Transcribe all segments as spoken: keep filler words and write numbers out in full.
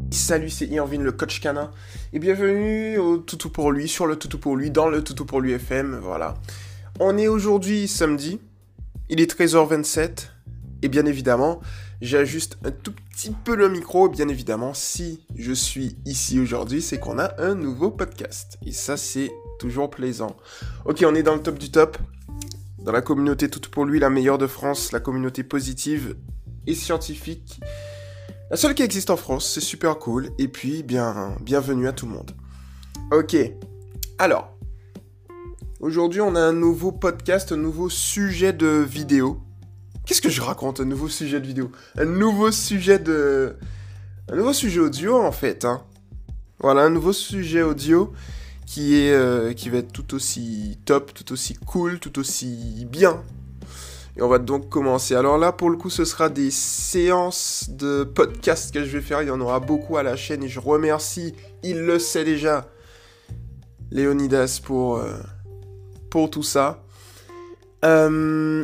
Salut, c'est Irvine, le coach canin, et bienvenue au Toutou pour lui, sur le Toutou pour lui, dans le Toutou pour lui F M, voilà. On est aujourd'hui samedi, il est treize heures vingt-sept, et bien évidemment, j'ajuste un tout petit peu le micro, bien évidemment, si je suis ici aujourd'hui, c'est qu'on a un nouveau podcast, et ça c'est toujours plaisant. Ok, on est dans le top du top, dans la communauté Toutou pour lui, la meilleure de France, la communauté positive et scientifique. La seule qui existe en France, c'est super cool, et puis bien, bienvenue à tout le monde. Ok, alors, aujourd'hui on a un nouveau podcast, un nouveau sujet de vidéo. Qu'est-ce que je raconte, un nouveau sujet de vidéo? Un nouveau sujet de... Un nouveau sujet audio en fait, hein. Voilà, un nouveau sujet audio qui est, euh, qui va être tout aussi top, tout aussi cool, tout aussi bien. Et on va donc commencer. Alors là, pour le coup, ce sera des séances de podcast que je vais faire. Il y en aura beaucoup à la chaîne et je remercie, il le sait déjà, Léonidas pour, euh, pour tout ça. Euh...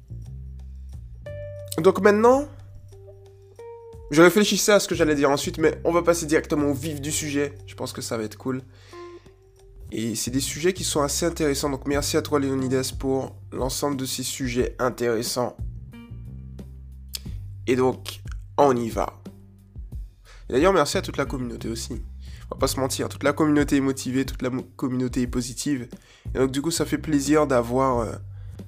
Donc maintenant, je réfléchissais à ce que j'allais dire ensuite, mais on va passer directement au vif du sujet. Je pense que ça va être cool. Et c'est des sujets qui sont assez intéressants. Donc merci à toi Léonidas pour l'ensemble de ces sujets intéressants. Et donc, on y va. Et d'ailleurs, merci à toute la communauté aussi. On va pas se mentir, toute la communauté est motivée, toute la mo- communauté est positive. Et donc du coup, ça fait plaisir d'avoir euh,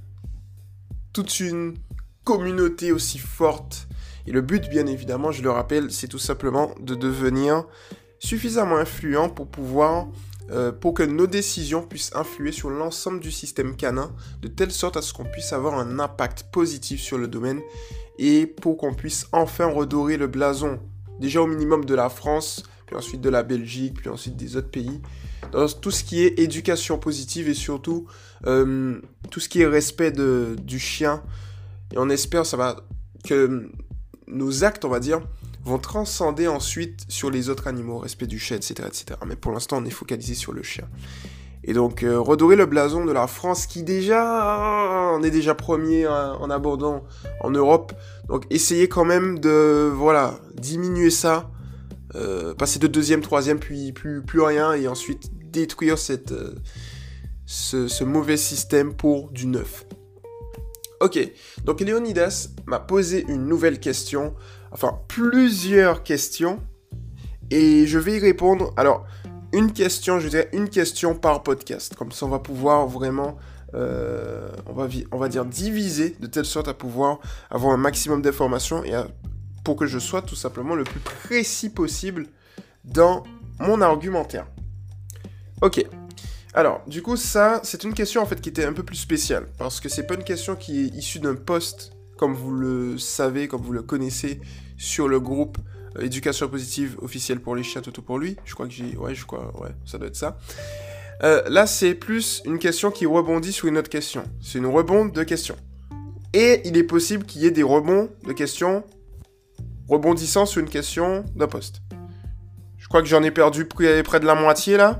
toute une communauté aussi forte. Et le but, bien évidemment, je le rappelle, c'est tout simplement de devenir suffisamment influent pour pouvoir... Euh, pour que nos décisions puissent influer sur l'ensemble du système canin, de telle sorte à ce qu'on puisse avoir un impact positif sur le domaine, et pour qu'on puisse enfin redorer le blason, déjà au minimum de la France, puis ensuite de la Belgique, puis ensuite des autres pays, dans tout ce qui est éducation positive, et surtout euh, tout ce qui est respect de, du chien, et on espère ça va, que nos actes, on va dire, vont transcender ensuite sur les autres animaux, respect du chien, et cetera, et cetera. Mais pour l'instant, on est focalisé sur le chien. Et donc, euh, redorer le blason de la France, qui déjà, on est déjà premier hein, en abordant en Europe. Donc, essayez quand même de, voilà, diminuer ça, euh, passer de deuxième, troisième, puis plus, plus rien, et ensuite détruire cette, euh, ce, ce mauvais système pour du neuf. Ok, donc Léonidas m'a posé une nouvelle question, enfin plusieurs questions, et je vais y répondre. Alors, une question, je dirais une question par podcast, comme ça on va pouvoir vraiment, euh, on, va vi- on va dire diviser, de telle sorte à pouvoir avoir un maximum d'informations, et à- pour que je sois tout simplement le plus précis possible dans mon argumentaire. Ok. Alors, du coup, ça, c'est une question en fait qui était un peu plus spéciale, parce que c'est pas une question qui est issue d'un post, comme vous le savez, comme vous le connaissez, sur le groupe euh, Éducation Positive officielle pour les chiens, Toutou pour lui. Je crois que j'ai... Ouais, je crois... Ouais, ça doit être ça. Euh, là, c'est plus une question qui rebondit sur une autre question. C'est une rebonde de questions. Et il est possible qu'il y ait des rebonds de questions rebondissant sur une question d'un post. Je crois que j'en ai perdu près, près de la moitié, là.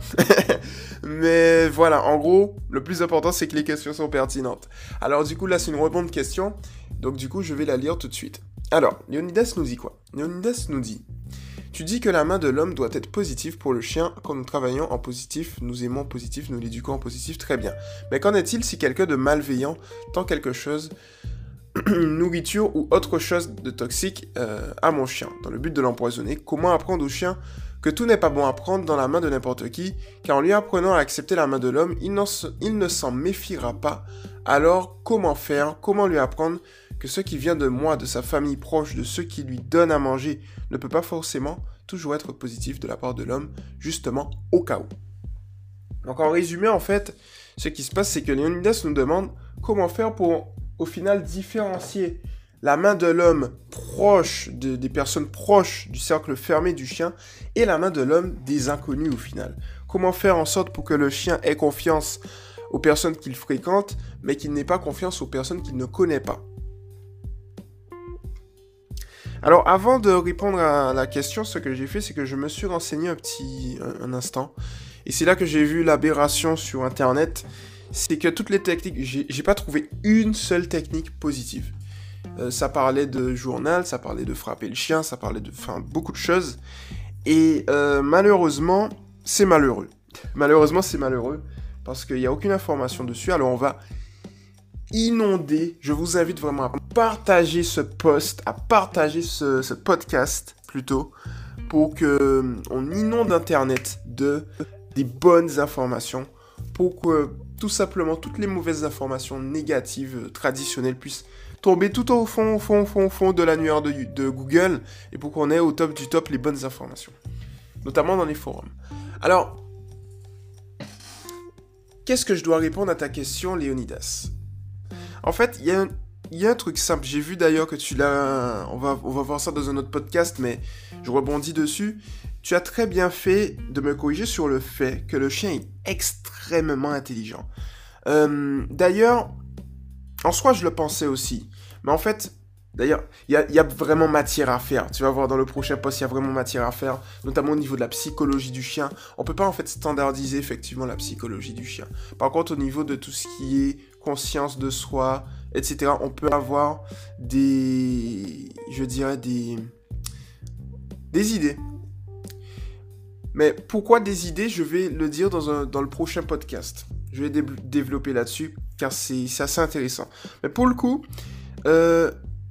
Mais voilà, en gros, le plus important, c'est que les questions sont pertinentes. Alors du coup, là, c'est une rebonde question. Donc du coup, je vais la lire tout de suite. Alors, Léonidas nous dit quoi? Léonidas nous dit... Tu dis que la main de l'homme doit être positive pour le chien. Quand nous travaillons en positif, nous aimons positif, nous l'éduquons en positif, très bien. Mais qu'en est-il si quelqu'un de malveillant tend quelque chose... une nourriture ou autre chose de toxique euh, à mon chien, dans le but de l'empoisonner? Comment apprendre au chien que tout n'est pas bon à prendre dans la main de n'importe qui, car en lui apprenant à accepter la main de l'homme, il, n'en se, il ne s'en méfiera pas. Alors, comment faire? Comment lui apprendre que ce qui vient de moi, de sa famille proche, de ceux qui lui donnent à manger, ne peut pas forcément toujours être positif de la part de l'homme, justement au cas où. Donc en résumé, en fait, ce qui se passe, c'est que Léonidas nous demande comment faire pour, au final, différencier la main de l'homme proche, de, des personnes proches du cercle fermé du chien, et la main de l'homme des inconnus au final. Comment faire en sorte pour que le chien ait confiance aux personnes qu'il fréquente, mais qu'il n'ait pas confiance aux personnes qu'il ne connaît pas. Alors avant de répondre à la question, ce que j'ai fait, c'est que je me suis renseigné un petit un, un instant, et c'est là que j'ai vu l'aberration sur internet, c'est que toutes les techniques, j'ai, j'ai pas trouvé une seule technique positive. Euh, ça parlait de journal, ça parlait de frapper le chien, ça parlait de, enfin, beaucoup de choses. Et euh, malheureusement, c'est malheureux. Malheureusement, c'est malheureux parce qu'il n'y a aucune information dessus. Alors, on va inonder. Je vous invite vraiment à partager ce post, à partager ce, ce podcast plutôt, pour que on inonde Internet de des bonnes informations, pour que tout simplement toutes les mauvaises informations négatives traditionnelles puissent tomber tout au fond, au fond, au fond, au fond de l'annuaire de, de Google, et pour qu'on ait au top du top les bonnes informations, notamment dans les forums. Alors, qu'est-ce que je dois répondre à ta question, Léonidas ? En fait, il y a un, y a un truc simple. J'ai vu d'ailleurs que tu l'as... On va, on va voir ça dans un autre podcast, mais je rebondis dessus. Tu as très bien fait de me corriger sur le fait que le chien est extrêmement intelligent. Euh, d'ailleurs, en soi, je le pensais aussi. Mais en fait, d'ailleurs, il y, y a vraiment matière à faire. Tu vas voir dans le prochain post, il y a vraiment matière à faire, notamment au niveau de la psychologie du chien. On peut pas en fait standardiser effectivement la psychologie du chien. Par contre, au niveau de tout ce qui est conscience de soi, et cetera, on peut avoir des, je dirais des, des idées. Mais pourquoi des idées ? Je vais le dire dans, un, dans le prochain podcast. Je vais dé- développer là-dessus, car c'est, c'est assez intéressant. Mais pour le coup, euh,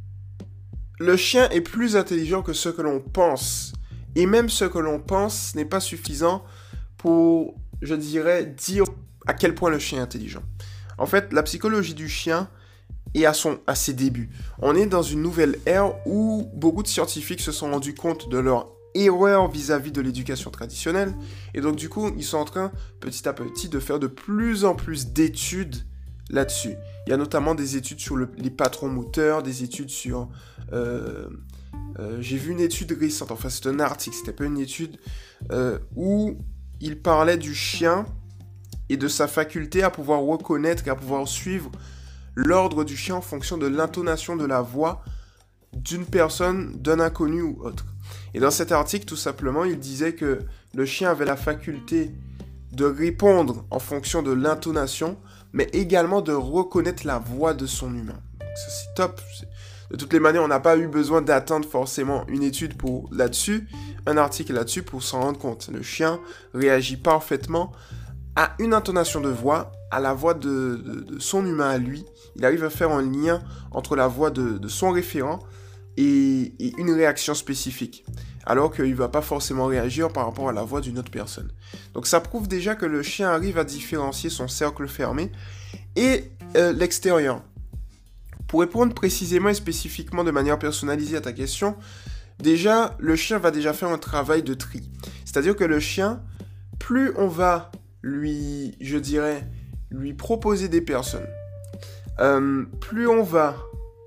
le chien est plus intelligent que ce que l'on pense. Et même ce que l'on pense n'est pas suffisant pour, je dirais, dire à quel point le chien est intelligent. En fait, la psychologie du chien est à, son, à ses débuts. On est dans une nouvelle ère où beaucoup de scientifiques se sont rendus compte de leur erreur vis-à-vis de l'éducation traditionnelle. Et donc, du coup, ils sont en train, petit à petit, de faire de plus en plus d'études là-dessus. Il y a notamment des études sur le, les patrons moteurs, des études sur... Euh, euh, j'ai vu une étude récente, enfin, c'est un article, c'était pas une étude, euh, où il parlait du chien et de sa faculté à pouvoir reconnaître et à pouvoir suivre l'ordre du chien en fonction de l'intonation de la voix d'une personne, d'un inconnu ou autre. Et dans cet article, tout simplement, il disait que le chien avait la faculté de répondre en fonction de l'intonation, mais également de reconnaître la voix de son humain. Donc ça, c'est top. De toutes les manières, on n'a pas eu besoin d'attendre forcément une étude pour là-dessus, un article là-dessus pour s'en rendre compte. Le chien réagit parfaitement à une intonation de voix, à la voix de, de, de son humain à lui. Il arrive à faire un lien entre la voix de, de son référent et, et une réaction spécifique, alors qu'il ne va pas forcément réagir par rapport à la voix d'une autre personne. Donc ça prouve déjà que le chien arrive à différencier son cercle fermé et euh, l'extérieur. Pour répondre précisément et spécifiquement de manière personnalisée à ta question, déjà, le chien va déjà faire un travail de tri. C'est-à-dire que le chien, plus on va lui, je dirais, lui proposer des personnes, euh, plus on va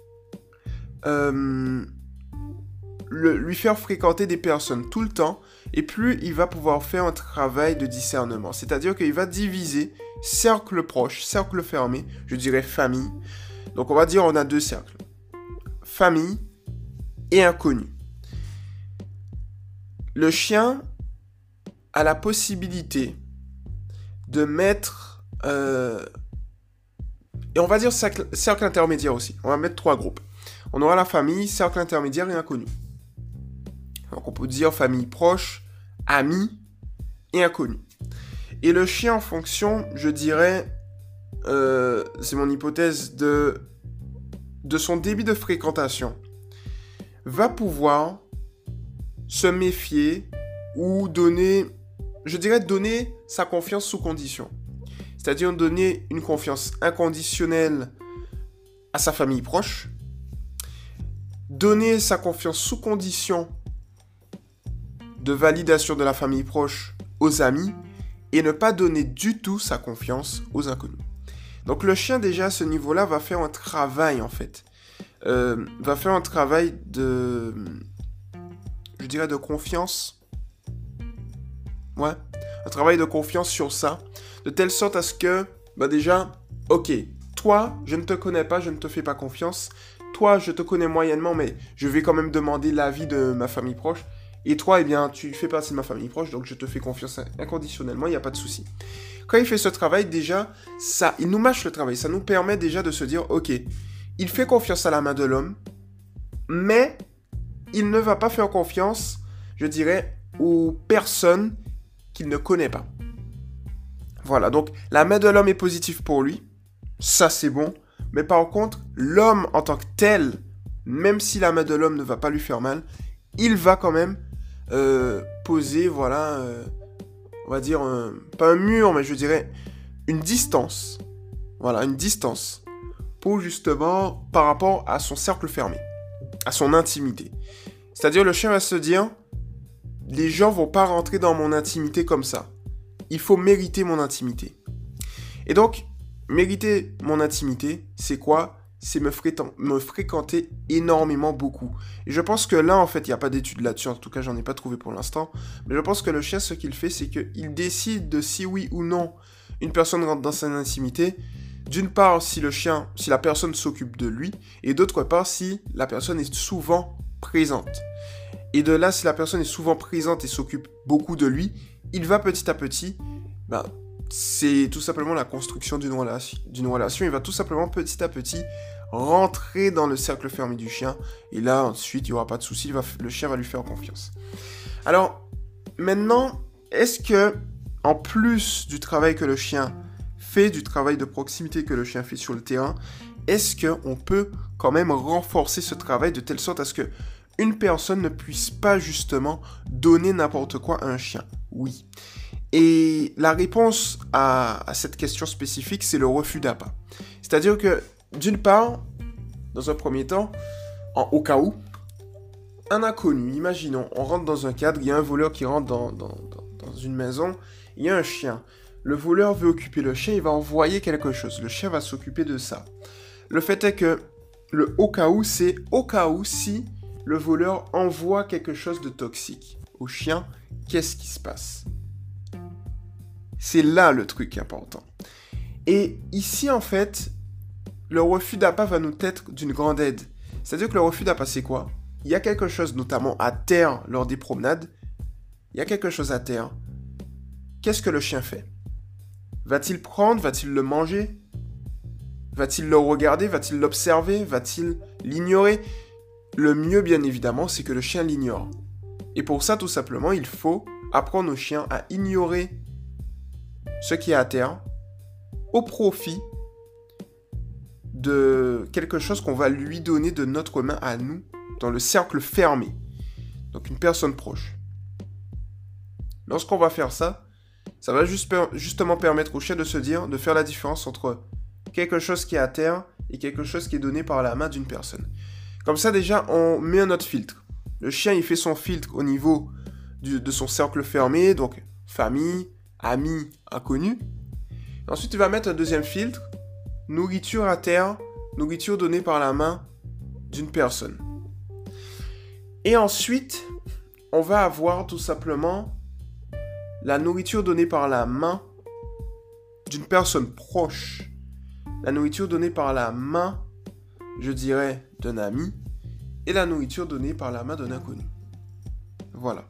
euh, le, lui faire fréquenter des personnes tout le temps, et plus il va pouvoir faire un travail de discernement. C'est-à-dire qu'il va diviser cercle proche, cercle fermé, je dirais famille. Donc on va dire on a deux cercles, famille et inconnu. Le chien a la possibilité de mettre, euh, et on va dire cercle, cercle intermédiaire aussi, on va mettre trois groupes. On aura la famille, cercle intermédiaire et inconnu. Donc on peut dire famille proche, amis et inconnu. Et le chien en fonction, je dirais, euh, c'est mon hypothèse, de, de son débit de fréquentation, va pouvoir se méfier ou donner, je dirais donner sa confiance sous condition. C'est-à-dire donner une confiance inconditionnelle à sa famille proche, donner sa confiance sous condition de validation de la famille proche aux amis, et ne pas donner du tout sa confiance aux inconnus. Donc le chien déjà à ce niveau-là va faire un travail en fait. Euh, va faire un travail de... Je dirais de confiance. Ouais. Un travail de confiance sur ça. De telle sorte à ce que... Bah déjà, ok. Toi, je ne te connais pas, je ne te fais pas confiance. Toi, je te connais moyennement, mais je vais quand même demander l'avis de ma famille proche. Et toi, eh bien, tu fais partie de ma famille proche, donc je te fais confiance inconditionnellement, il n'y a pas de souci. Quand il fait ce travail, déjà, ça, il nous mâche le travail. Ça nous permet déjà de se dire, ok, il fait confiance à la main de l'homme, mais il ne va pas faire confiance, je dirais, aux personnes qu'il ne connaît pas. Voilà, donc la main de l'homme est positive pour lui, ça c'est bon, mais par contre, l'homme en tant que tel, même si la main de l'homme ne va pas lui faire mal, il va quand même euh, poser, voilà, euh, on va dire, un, pas un mur, mais je dirais une distance, voilà, une distance, pour justement, par rapport à son cercle fermé, à son intimité. C'est-à-dire, le chien va se dire, les gens vont pas rentrer dans mon intimité comme ça. Il faut mériter mon intimité. Et donc, mériter mon intimité, c'est quoi ? C'est me, fréquent- me fréquenter énormément beaucoup. Et je pense que là, en fait, il n'y a pas d'études là-dessus. En tout cas, j'en ai pas trouvé pour l'instant. Mais je pense que le chien, ce qu'il fait, c'est qu'il décide de si oui ou non une personne rentre dans son intimité. D'une part, si le chien, si la personne s'occupe de lui. Et d'autre part, si la personne est souvent présente. Et de là, si la personne est souvent présente et s'occupe beaucoup de lui, il va petit à petit, ben, c'est tout simplement la construction d'une relation, d'une relation. Il va tout simplement petit à petit rentrer dans le cercle fermé du chien. Et là, ensuite, il n'y aura pas de souci, il va, le chien va lui faire confiance. Alors, maintenant, est-ce que, en plus du travail que le chien fait, du travail de proximité que le chien fait sur le terrain, est-ce qu'on peut quand même renforcer ce travail de telle sorte à ce que une personne ne puisse pas justement donner n'importe quoi à un chien? Oui. Et la réponse à, à cette question spécifique, c'est le refus d'appât. C'est-à-dire que, d'une part, dans un premier temps, en, au cas où, un inconnu, imaginons, on rentre dans un cadre, il y a un voleur qui rentre dans, dans, dans, dans une maison, il y a un chien. Le voleur veut occuper le chien, il va envoyer quelque chose. Le chien va s'occuper de ça. Le fait est que le au cas où, c'est au cas où si le voleur envoie quelque chose de toxique au chien, qu'est-ce qui se passe? C'est là le truc important. Et ici, en fait, le refus d'appât va nous être d'une grande aide. C'est-à-dire que le refus d'appât, c'est quoi? Il y a quelque chose, notamment à terre, lors des promenades. Il y a quelque chose à terre. Qu'est-ce que le chien fait? Va-t-il prendre? Va-t-il le manger? Va-t-il le regarder? Va-t-il l'observer? Va-t-il l'ignorer? Le mieux, bien évidemment, c'est que le chien l'ignore. Et pour ça, tout simplement, il faut apprendre au chien à ignorer ce qui est à terre au profit de quelque chose qu'on va lui donner de notre main à nous dans le cercle fermé. Donc une personne proche. Lorsqu'on va faire ça, ça va juste per- justement permettre au chien de se dire, de faire la différence entre quelque chose qui est à terre et quelque chose qui est donné par la main d'une personne. Comme ça, déjà, on met un autre filtre. Le chien, il fait son filtre au niveau du, de son cercle fermé, donc famille, amis, inconnus. Ensuite, il va mettre un deuxième filtre, nourriture à terre, nourriture donnée par la main d'une personne. Et ensuite, on va avoir tout simplement la nourriture donnée par la main d'une personne proche. La nourriture donnée par la main, je dirais, d'un ami. Et la nourriture donnée par la main d'un inconnu. Voilà.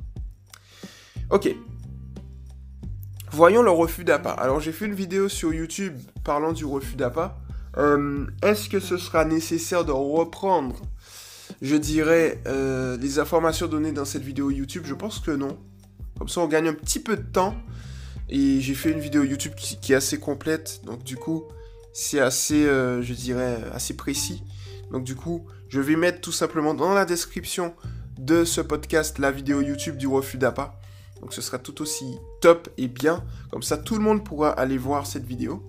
Ok. Voyons le refus d'appât. Alors, j'ai fait une vidéo sur YouTube parlant du refus d'appât. Euh, est-ce que ce sera nécessaire de reprendre, je dirais, euh, les informations données dans cette vidéo YouTube? Je pense que non. Comme ça, on gagne un petit peu de temps. Et j'ai fait une vidéo YouTube qui, qui est assez complète. Donc, du coup, c'est assez, euh, je dirais, assez précis. Donc, du coup, je vais mettre tout simplement dans la description de ce podcast la vidéo YouTube du refus d'appât. Donc, ce sera tout aussi top et bien. Comme ça, tout le monde pourra aller voir cette vidéo.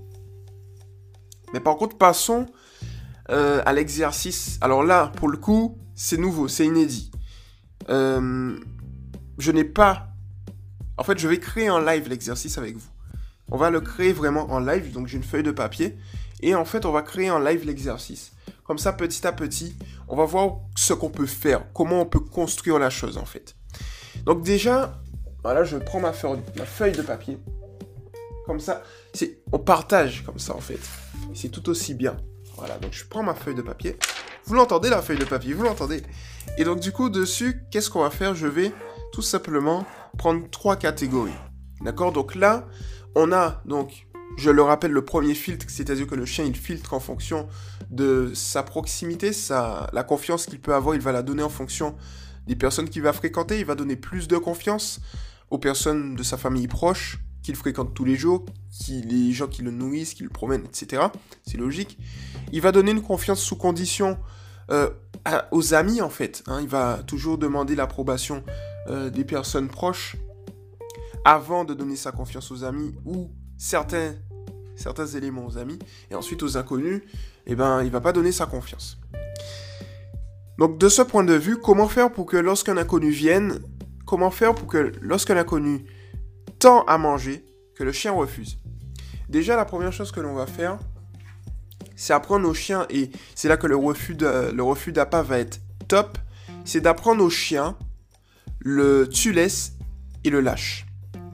Mais par contre, passons euh, à l'exercice. Alors là, pour le coup, c'est nouveau, c'est inédit. Euh, je n'ai pas... En fait, je vais créer en live l'exercice avec vous. On va le créer vraiment en live. Donc, j'ai une feuille de papier. Et en fait, on va créer en live l'exercice. Comme ça, petit à petit, on va voir ce qu'on peut faire. Comment on peut construire la chose, en fait. Donc déjà, voilà, je prends ma feuille, ma feuille de papier. Comme ça, c'est, on partage comme ça, en fait. C'est tout aussi bien. Voilà, donc je prends ma feuille de papier. Vous l'entendez, la feuille de papier, vous l'entendez. Et donc, du coup, dessus, qu'est-ce qu'on va faire? Je vais tout simplement prendre trois catégories. D'accord? Donc là, on a, donc, je le rappelle, le premier filtre, c'est-à-dire que le chien, il filtre en fonction de sa proximité, sa, la confiance qu'il peut avoir, il va la donner en fonction des personnes qu'il va fréquenter, il va donner plus de confiance aux personnes de sa famille proche, qu'il fréquente tous les jours, qui, les gens qui le nourrissent, qui le promènent, et cetera. C'est logique. Il va donner une confiance sous condition euh, à, aux amis, en fait. Hein. Il va toujours demander l'approbation euh, des personnes proches avant de donner sa confiance aux amis ou certains, certains éléments aux amis. Et ensuite, aux inconnus, eh ben, il ne va pas donner sa confiance. Donc, de ce point de vue, comment faire pour que lorsqu'un inconnu vienne, comment faire pour que lorsqu'un inconnu tend à manger, que le chien refuse? Déjà, la première chose que l'on va faire, c'est apprendre au chien, et c'est là que le refus, de, le refus d'appât va être top, c'est d'apprendre au chien le tu laisses et le lâche.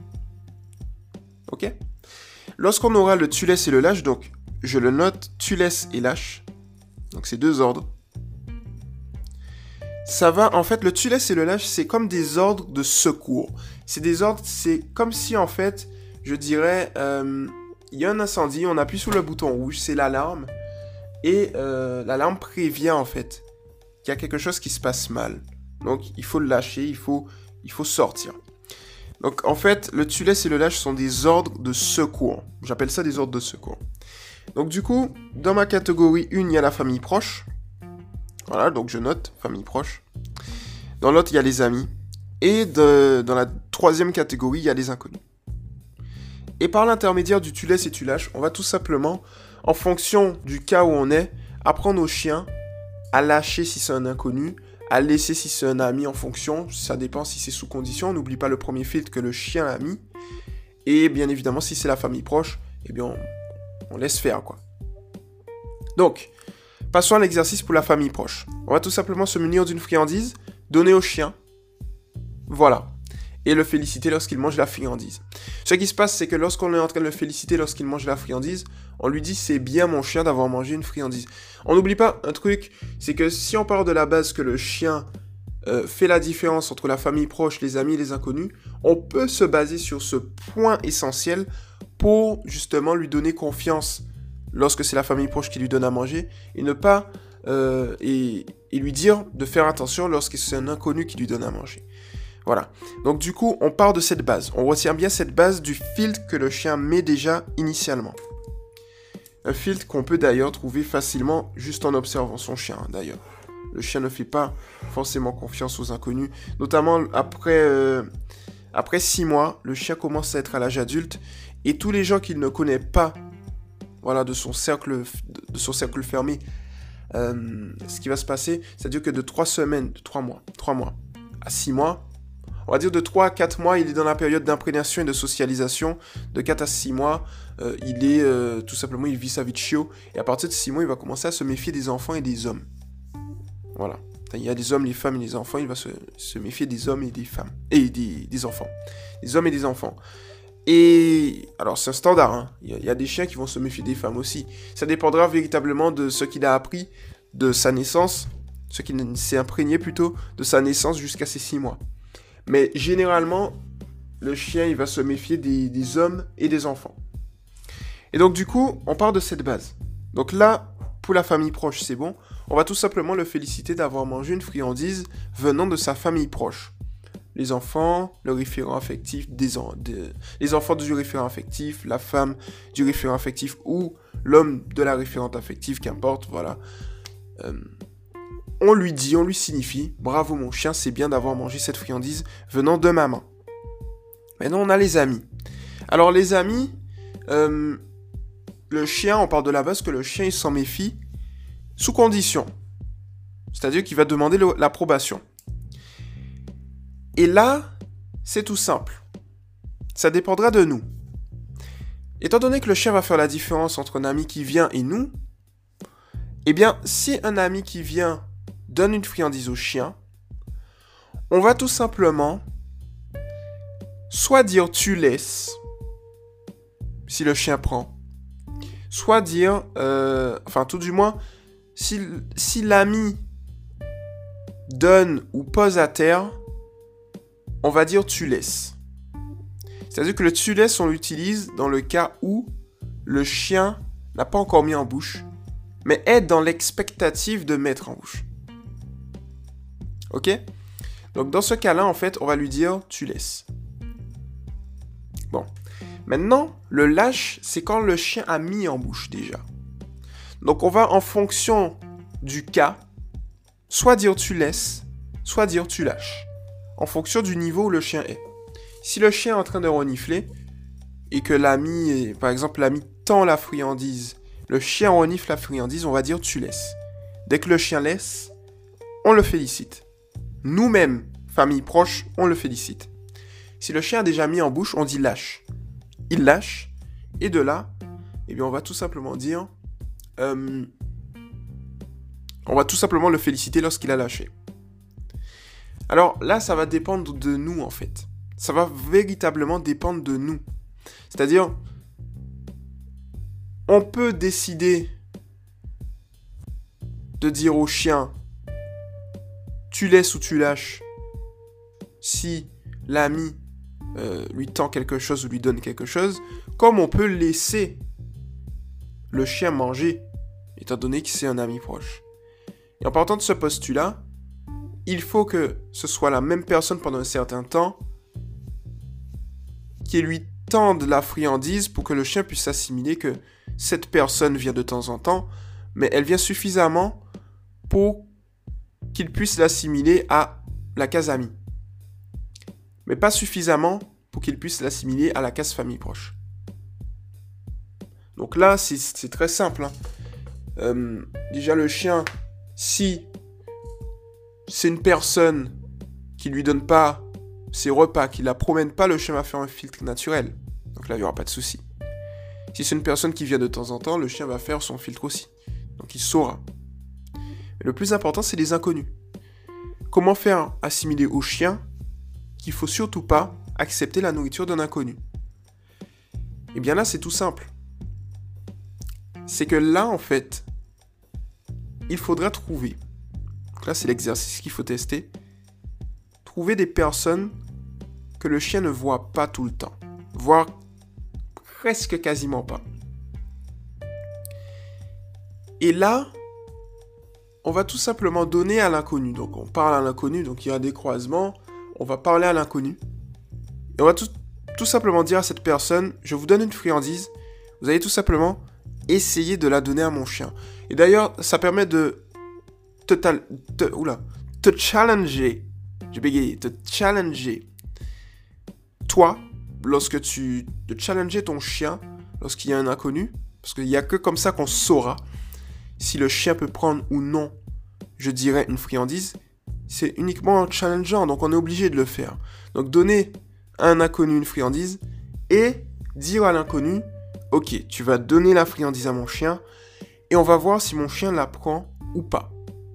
Ok? Lorsqu'on aura le tu laisses et le lâche, donc je le note, tu laisses et lâche, donc c'est deux ordres. Ça va, en fait, le tu laisses et le lâche, c'est comme des ordres de secours. C'est des ordres, c'est comme si, en fait, je dirais, euh, il y a un incendie, on appuie sur le bouton rouge, c'est l'alarme, et euh, l'alarme prévient, en fait, qu'il y a quelque chose qui se passe mal. Donc, il faut le lâcher, il faut, il faut sortir. Donc, en fait, le tu laisses et le lâche sont des ordres de secours. J'appelle ça des ordres de secours. Donc, du coup, dans ma catégorie un, il y a la famille proche. Voilà, donc je note, famille proche. Dans l'autre, il y a les amis. Et de, dans la troisième catégorie, il y a les inconnus. Et par l'intermédiaire du tu laisses et tu lâches, on va tout simplement, en fonction du cas où on est, apprendre au chien à lâcher si c'est un inconnu, à laisser si c'est un ami en fonction, ça dépend si c'est sous condition. N'oublie pas le premier filtre que le chien a mis. Et bien évidemment, si c'est la famille proche, eh bien, on, on laisse faire, quoi. Donc, passons à l'exercice pour la famille proche. On va tout simplement se munir d'une friandise, donner au chien, voilà, et le féliciter lorsqu'il mange la friandise. Ce qui se passe, c'est que lorsqu'on est en train de le féliciter lorsqu'il mange la friandise, on lui dit « c'est bien mon chien d'avoir mangé une friandise ». On n'oublie pas un truc, c'est que si on part de la base que le chien euh, fait la différence entre la famille proche, les amis et les inconnus, on peut se baser sur ce point essentiel pour justement lui donner confiance lorsque c'est la famille proche qui lui donne à manger, et ne pas euh, et, et lui dire de faire attention lorsque c'est un inconnu qui lui donne à manger. Voilà. Donc du coup, on part de cette base. On retient bien cette base du filtre que le chien met déjà initialement. Un filtre qu'on peut d'ailleurs trouver facilement juste en observant son chien, d'ailleurs. Le chien ne fait pas forcément confiance aux inconnus, notamment après, euh, après six mois, le chien commence à être à l'âge adulte, et tous les gens qu'il ne connaît pas, voilà, de son cercle, de son cercle fermé, euh, ce qui va se passer, c'est-à-dire que de trois semaines, de trois mois, trois mois à six mois, on va dire de trois à quatre mois, il est dans la période d'imprégnation et de socialisation. De quatre à six mois, euh, il est euh, tout simplement, il vit sa vie de chiot. Et à partir de six mois, il va commencer à se méfier des enfants et des hommes. Voilà. Il y a des hommes, les femmes et les enfants, il va se, se méfier des hommes et des femmes. Et des, des enfants. Des hommes et des enfants. Et alors, c'est un standard, hein. Il y a, il y a des chiens qui vont se méfier des femmes aussi. Ça dépendra véritablement de ce qu'il a appris de sa naissance, ce qu'il s'est imprégné plutôt de sa naissance jusqu'à ses six mois. Mais généralement, le chien, il va se méfier des, des hommes et des enfants. Et donc, du coup, on part de cette base. Donc là, pour la famille proche, c'est bon. On va tout simplement le féliciter d'avoir mangé une friandise venant de sa famille proche. Les enfants, le référent affectif, des en, de, les enfants du référent affectif, la femme du référent affectif ou l'homme de la référente affective, qu'importe, voilà. Euh, On lui dit, on lui signifie, bravo mon chien, c'est bien d'avoir mangé cette friandise venant de maman. Maintenant, on a les amis. Alors, les amis, euh, le chien, on parle de la base que le chien, il s'en méfie sous condition. C'est-à-dire qu'il va demander le, l'approbation. Et là, c'est tout simple. Ça dépendra de nous. Étant donné que le chien va faire la différence entre un ami qui vient et nous, eh bien, si un ami qui vient donne une friandise au chien, on va tout simplement soit dire tu laisses, si le chien prend, soit dire, euh, enfin tout du moins, si, si l'ami donne ou pose à terre, on va dire tu laisses. C'est-à-dire que le tu laisses, on l'utilise dans le cas où le chien n'a pas encore mis en bouche, mais est dans l'expectative de mettre en bouche. Ok ? Donc dans ce cas-là, en fait, on va lui dire « tu laisses ». Bon. Maintenant, le lâche, c'est quand le chien a mis en bouche déjà. Donc on va en fonction du cas, soit dire « tu laisses », soit dire « tu lâches », en fonction du niveau où le chien est. Si le chien est en train de renifler, et que l'ami, par exemple l'ami tend la friandise, le chien renifle la friandise, on va dire « tu laisses ». Dès que le chien laisse, on le félicite. Nous-mêmes, famille proche, on le félicite. Si le chien a déjà mis en bouche, on dit lâche. Il lâche. Et de là, eh bien, on va tout simplement dire... Euh, on va tout simplement le féliciter lorsqu'il a lâché. Alors là, ça va dépendre de nous, en fait. Ça va véritablement dépendre de nous. C'est-à-dire, on peut décider de dire au chien « tu laisses ou tu lâches » si l'ami euh, lui tend quelque chose ou lui donne quelque chose, comme on peut laisser le chien manger, étant donné que c'est un ami proche. Et en partant de ce postulat, il faut que ce soit la même personne pendant un certain temps qui lui tende la friandise pour que le chien puisse assimiler que cette personne vient de temps en temps, mais elle vient suffisamment pour qu'il puisse l'assimiler à la case amie. Mais pas suffisamment pour qu'il puisse l'assimiler à la case famille proche. Donc là, c'est, c'est très simple. Hein. Euh, déjà, le chien, si c'est une personne qui lui donne pas ses repas, qui la promène pas, le chien va faire un filtre naturel. Donc là, il n'y aura pas de souci. Si c'est une personne qui vient de temps en temps, le chien va faire son filtre aussi. Donc il saura. Mais le plus important, c'est les inconnus. Comment faire assimiler au chien qu'il faut surtout pas accepter la nourriture d'un inconnu? Eh bien là, c'est tout simple. C'est que là, en fait, il faudra trouver. Donc là, c'est l'exercice qu'il faut tester. Trouver des personnes que le chien ne voit pas tout le temps. Voire presque quasiment pas. Et là, on va tout simplement donner à l'inconnu. Donc on parle à l'inconnu, donc il y a des croisements. On va parler à l'inconnu. Et on va tout, tout simplement dire à cette personne, je vous donne une friandise. Vous allez tout simplement essayer de la donner à mon chien. Et d'ailleurs, ça permet de te, te, oula, te challenger. J'ai bégayé. Te challenger. Toi, lorsque tu... De challenger ton chien lorsqu'il y a un inconnu. Parce qu'il n'y a que comme ça qu'on saura si le chien peut prendre ou non, je dirais, une friandise. C'est uniquement en challengeant, donc on est obligé de le faire. Donc donner à un inconnu une friandise et dire à l'inconnu, ok, tu vas donner la friandise à mon chien et on va voir si mon chien la prend ou pas.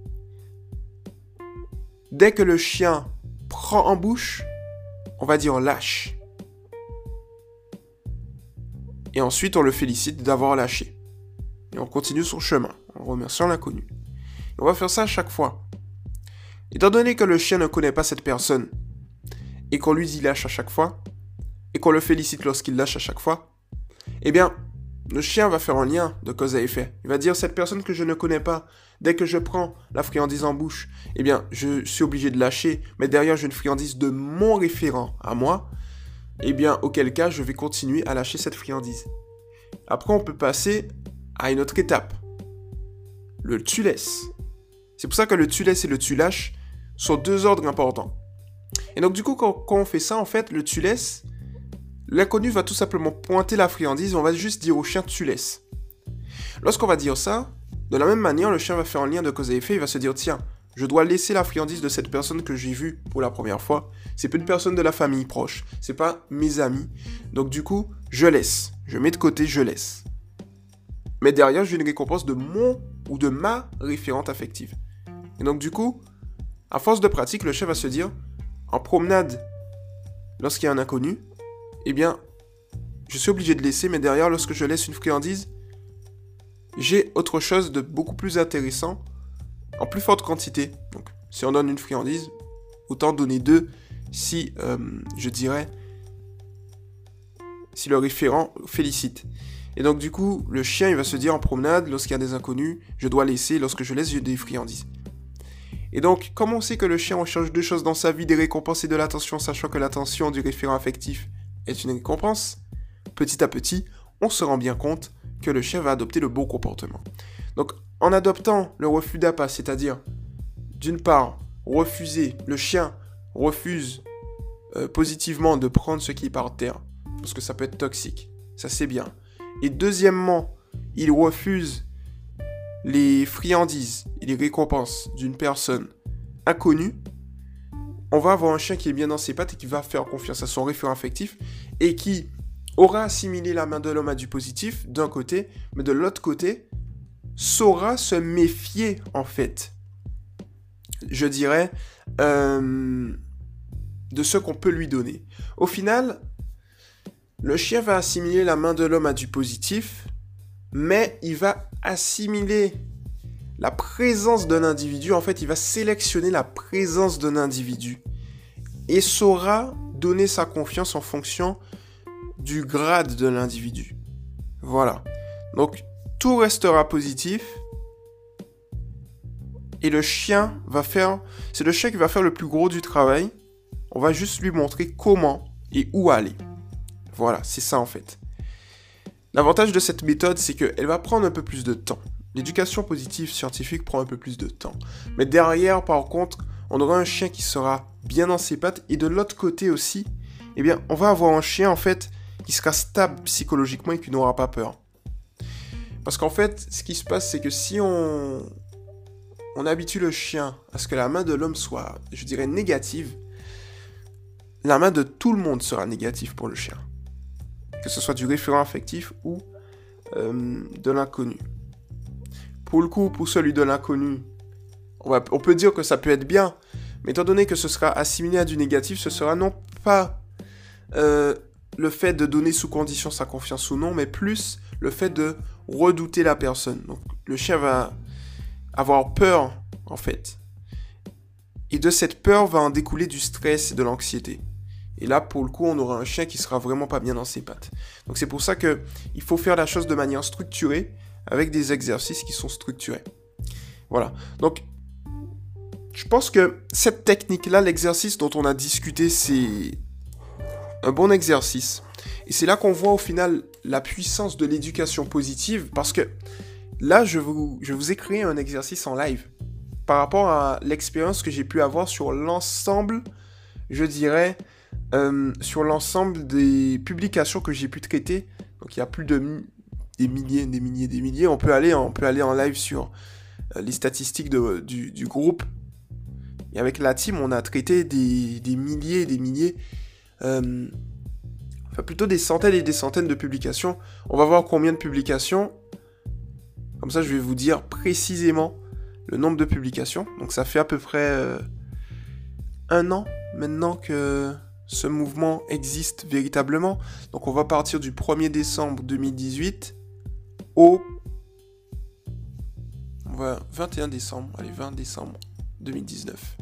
Dès que le chien prend en bouche, on va dire lâche. Et ensuite, on le félicite d'avoir lâché. Et on continue son chemin, en remerciant l'inconnu. Et on va faire ça à chaque fois. Étant donné que le chien ne connaît pas cette personne, et qu'on lui dit lâche à chaque fois, et qu'on le félicite lorsqu'il lâche à chaque fois, eh bien, le chien va faire un lien de cause à effet. Il va dire, cette personne que je ne connais pas, dès que je prends la friandise en bouche, eh bien, je suis obligé de lâcher, mais derrière, j'ai une friandise de mon référent à moi, eh bien, auquel cas, je vais continuer à lâcher cette friandise. Après, on peut passer à une autre étape. Le tu laisses. C'est pour ça que le tu laisses et le tu lâches sont deux ordres importants. Et donc, du coup, quand, quand on fait ça, en fait, le tu laisses, l'inconnu va tout simplement pointer la friandise et on va juste dire au chien tu laisses. Lorsqu'on va dire ça, de la même manière, le chien va faire un lien de cause à effet, il va se dire, tiens, je dois laisser la friandise de cette personne que j'ai vue pour la première fois. C'est pas une personne de la famille proche, c'est pas mes amis. Donc du coup, je laisse. Je mets de côté, je laisse. Mais derrière, j'ai une récompense de mon ou de ma référente affective. Et donc du coup, à force de pratique, le chien va se dire, en promenade, lorsqu'il y a un inconnu, eh bien, je suis obligé de laisser, mais derrière, lorsque je laisse une friandise, j'ai autre chose de beaucoup plus intéressant, en plus forte quantité. Donc, si on donne une friandise, autant donner deux si, euh, je dirais, si le référent félicite. Et donc, du coup, le chien, il va se dire en promenade, lorsqu'il y a des inconnus, je dois laisser, lorsque je laisse, j'ai des friandises. Et donc, comme on sait que le chien recherche deux choses dans sa vie, des récompenses et de l'attention, sachant que l'attention du référent affectif est une récompense, petit à petit, on se rend bien compte que le chien va adopter le bon comportement. Donc, en adoptant le refus d'appât, c'est-à-dire, d'une part, refuser, le chien refuse euh, positivement de prendre ce qui est par terre, parce que ça peut être toxique, ça c'est bien. Et deuxièmement, il refuse les friandises et les récompenses d'une personne inconnue. On va avoir un chien qui est bien dans ses pattes et qui va faire confiance à son référent affectif et qui aura assimilé la main de l'homme à du positif d'un côté, mais de l'autre côté, saura se méfier en fait, je dirais, euh, de ce qu'on peut lui donner. Au final, le chien va assimiler la main de l'homme à du positif, mais il va assimiler la présence d'un individu. En fait, il va sélectionner la présence d'un individu et saura donner sa confiance en fonction du grade de l'individu. Voilà. Donc, tout restera positif et le chien va faire... C'est le chien qui va faire le plus gros du travail. On va juste lui montrer comment et où aller. Voilà, c'est ça en fait. L'avantage de cette méthode, c'est qu'elle va prendre un peu plus de temps. L'éducation positive scientifique prend un peu plus de temps. Mais derrière, par contre, on aura un chien qui sera bien dans ses pattes. Et de l'autre côté aussi, eh bien, on va avoir un chien, en fait, qui sera stable psychologiquement et qui n'aura pas peur. Parce qu'en fait, ce qui se passe, c'est que si on... on habitue le chien à ce que la main de l'homme soit, je dirais, négative, la main de tout le monde sera négative pour le chien. Que ce soit du référent affectif ou euh, de l'inconnu. Pour le coup, pour celui de l'inconnu, on, va, on peut dire que ça peut être bien, mais étant donné que ce sera assimilé à du négatif, ce sera non pas euh, le fait de donner sous condition sa confiance ou non, mais plus le fait de redouter la personne. Donc le chien va avoir peur, en fait. Et de cette peur va en découler du stress et de l'anxiété. Et là, pour le coup, on aura un chien qui sera vraiment pas bien dans ses pattes. Donc c'est pour ça qu'il faut faire la chose de manière structurée, avec des exercices qui sont structurés. Voilà. Donc, je pense que cette technique-là, l'exercice dont on a discuté, c'est un bon exercice. Et c'est là qu'on voit au final la puissance de l'éducation positive, parce que là, je vous, je vous ai créé un exercice en live par rapport à l'expérience que j'ai pu avoir sur l'ensemble, je dirais, euh, sur l'ensemble des publications que j'ai pu traiter. Donc, il y a plus de mi- des milliers, des milliers, des milliers. On peut aller, on peut aller en live sur euh, les statistiques de, du, du groupe. Et avec la team, on a traité des, des milliers et des milliers, euh, enfin plutôt des centaines et des centaines de publications. On va voir combien de publications. Comme ça, je vais vous dire précisément le nombre de publications. Donc ça fait à peu près euh, un an maintenant que ce mouvement existe véritablement. Donc on va partir du premier décembre deux mille dix-huit au on va vingt et un décembre, allez vingt décembre deux mille dix-neuf.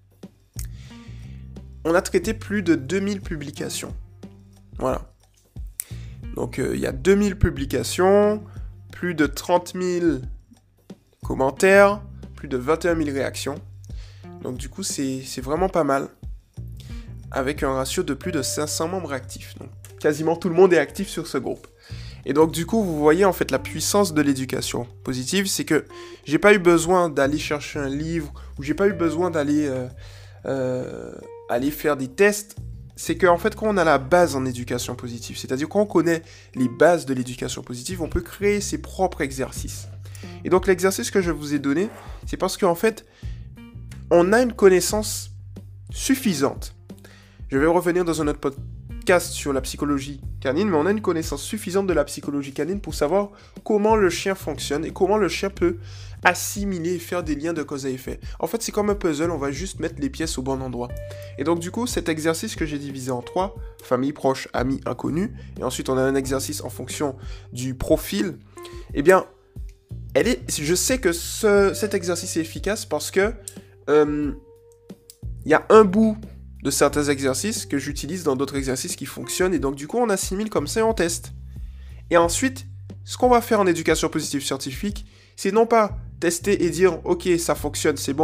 On a traité plus de deux mille publications. Voilà. Donc il euh, y a deux mille publications, plus de trente mille commentaires, plus de vingt et un mille réactions. Donc du coup, c'est, c'est vraiment pas mal. Avec un ratio de plus de cinq cents membres actifs. Donc quasiment tout le monde est actif sur ce groupe. Et donc du coup, vous voyez en fait la puissance de l'éducation positive, c'est que j'ai pas eu besoin d'aller chercher un livre, ou j'ai pas eu besoin d'aller euh, euh, aller faire des tests. C'est qu'en fait, quand on a la base en éducation positive, c'est-à-dire quand on connaît les bases de l'éducation positive, on peut créer ses propres exercices. Et donc l'exercice que je vous ai donné, c'est parce qu'en fait, on a une connaissance suffisante. Je vais revenir dans un autre podcast sur la psychologie canine, mais on a une connaissance suffisante de la psychologie canine pour savoir comment le chien fonctionne et comment le chien peut assimiler et faire des liens de cause à effet. En fait, c'est comme un puzzle, on va juste mettre les pièces au bon endroit. Et donc, du coup, cet exercice que j'ai divisé en trois, famille, proche, amis, inconnus, et ensuite on a un exercice en fonction du profil, eh bien, elle est, je sais que ce, cet exercice est efficace parce que euh, y a un bout de certains exercices que j'utilise dans d'autres exercices qui fonctionnent, et donc du coup on assimile comme ça et on teste. Et ensuite, ce qu'on va faire en éducation positive scientifique, c'est non pas tester et dire ok ça fonctionne, c'est bon,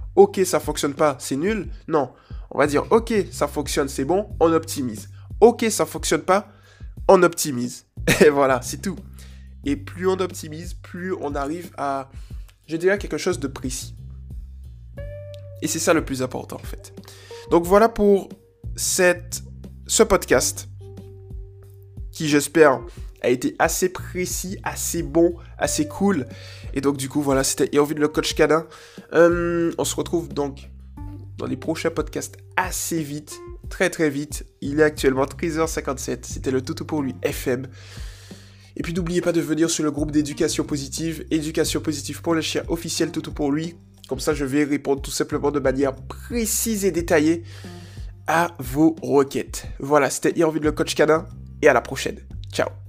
ok, ça fonctionne pas, c'est nul. Non, on va dire, ok, ça fonctionne, c'est bon, on optimise. Ok, ça fonctionne pas, on optimise. Et voilà, c'est tout. Et plus on optimise, plus on arrive à, je dirais, quelque chose de précis. Et c'est ça le plus important, en fait. Donc voilà pour cette, ce podcast, qui, j'espère, a été assez précis, assez bon, assez cool. Et donc, du coup, voilà, c'était Irvine le coach canin. Euh, on se retrouve donc dans les prochains podcasts assez vite, très très vite. Il est actuellement treize heures cinquante-sept. C'était le Toutou pour lui F M. Et puis, n'oubliez pas de venir sur le groupe d'éducation positive, éducation positive pour le chien officiel Toutou pour lui. Comme ça, je vais répondre tout simplement de manière précise et détaillée à vos requêtes. Voilà, c'était Irvine le coach canin. Et à la prochaine. Ciao.